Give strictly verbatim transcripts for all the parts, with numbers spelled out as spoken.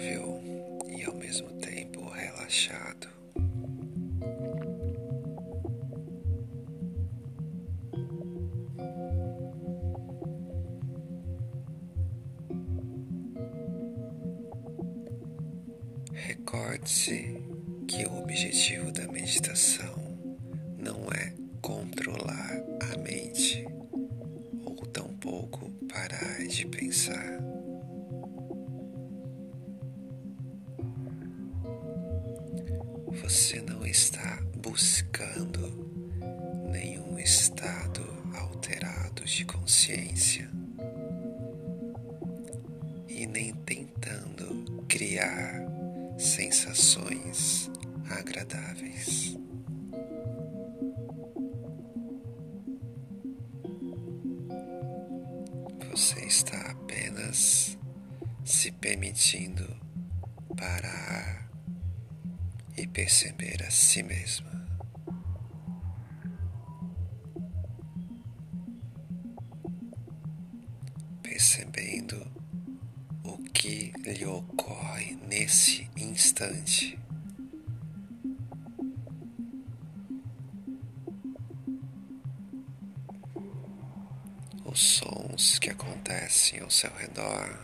estável e ao mesmo tempo relaxado. Recorde-se que o objetivo da meditação não é controlar a mente ou tampouco parar de pensar. Você não está buscando nenhum estado alterado de consciência e nem tentando criar sensações agradáveis. Você está apenas se permitindo parar e perceber a si mesma. Percebendo o que lhe ocorre nesse instante. Os sons que acontecem ao seu redor.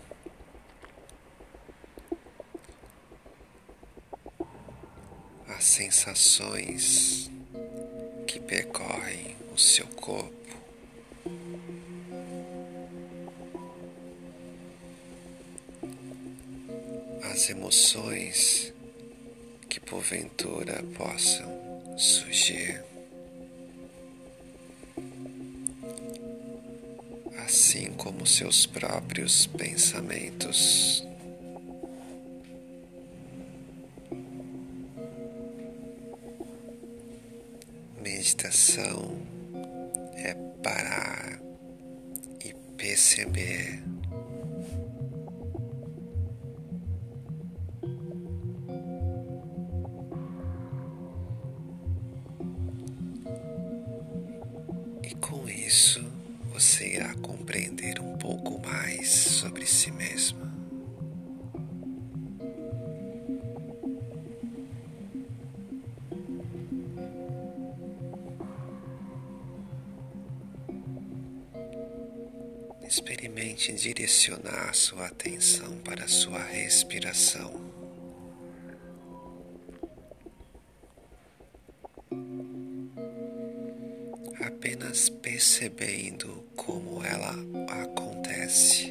As sensações que percorrem o seu corpo. As emoções que porventura possam surgir. Assim como seus próprios pensamentos. Meditação é parar e perceber e com isso você irá compreender um pouco mais sobre si mesmo. Experimente direcionar sua atenção para a sua respiração. Apenas percebendo como ela acontece,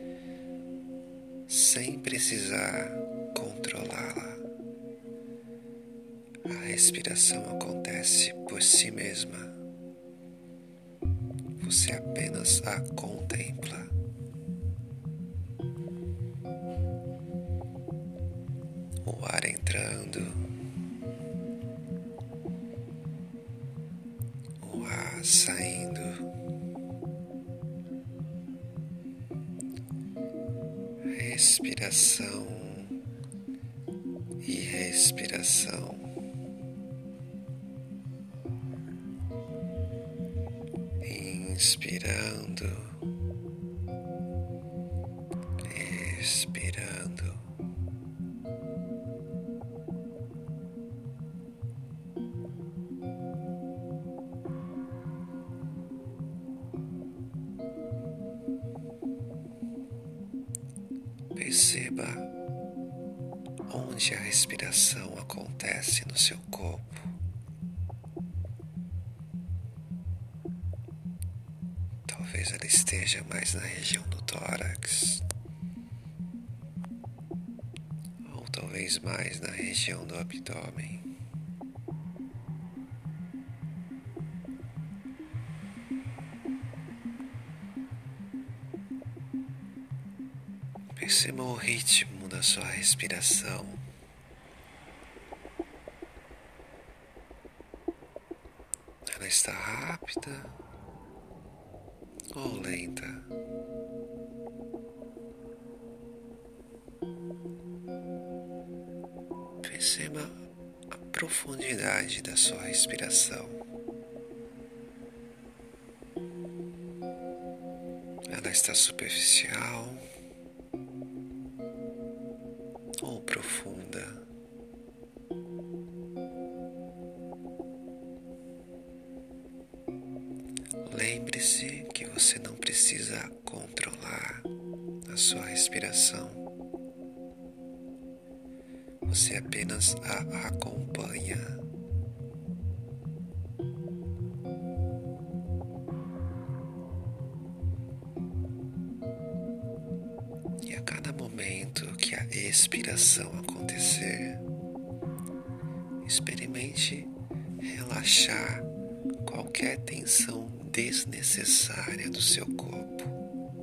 sem precisar controlá-la. A respiração acontece por si mesma. Você apenas a contempla. O ar entrando, o ar saindo, respiração e respiração. Inspirando, expirando, perceba onde a respiração acontece no seu corpo. Talvez ela esteja mais na região do tórax, ou talvez mais na região do abdômen. Perceba o ritmo da sua respiração. Ela está rápida ou lenta? Perceba a profundidade da sua respiração. Ela está superficial respiração. Você apenas a acompanha. E a cada momento que a expiração acontecer, experimente relaxar qualquer tensão desnecessária do seu corpo.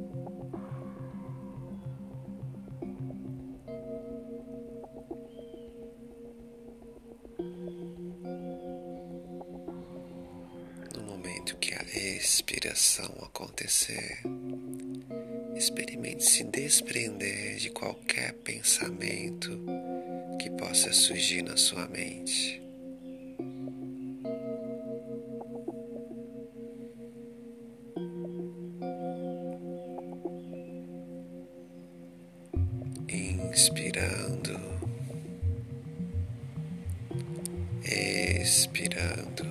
No momento que a expiração acontecer, experimente se desprender de qualquer pensamento que possa surgir na sua mente. Inspirando, expirando,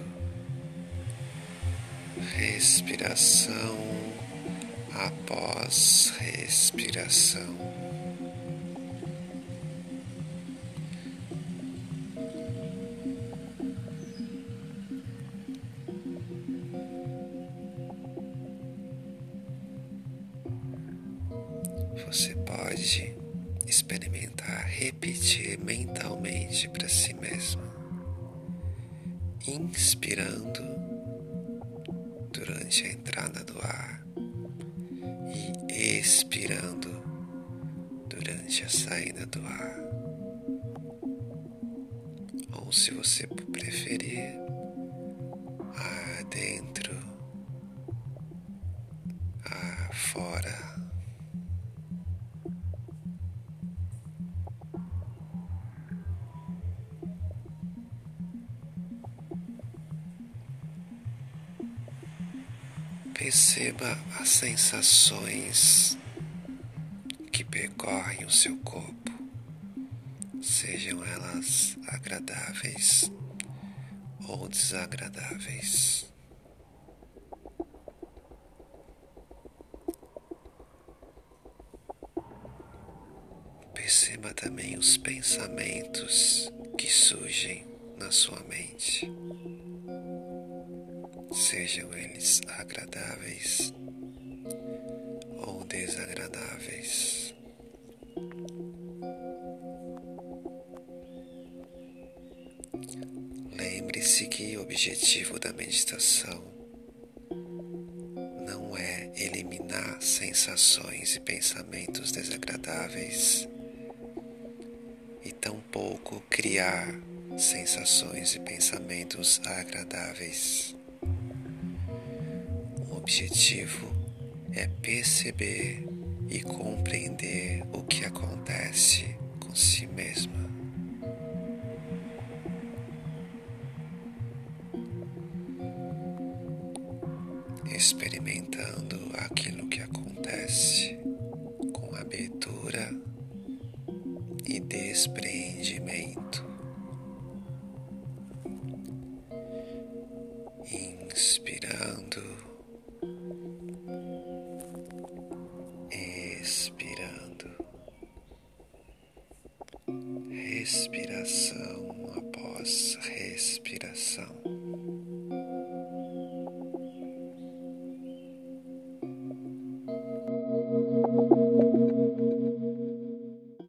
respiração após respiração. Você pode experimentar repetir mentalmente para si mesmo, inspirando durante a entrada do ar e expirando durante a saída do ar. Ou, se você preferir, ar dentro, ar fora. Perceba as sensações que percorrem o seu corpo, sejam elas agradáveis ou desagradáveis. Perceba também os pensamentos que surgem na sua mente, sejam eles agradáveis ou desagradáveis. Lembre-se que o objetivo da meditação não é eliminar sensações e pensamentos desagradáveis e tampouco criar sensações e pensamentos agradáveis. O objetivo é perceber e compreender o que acontece com si mesma. Experimentando aquilo que acontece com abertura e despreendimento. Inspirando, expirando, respiração após respiração.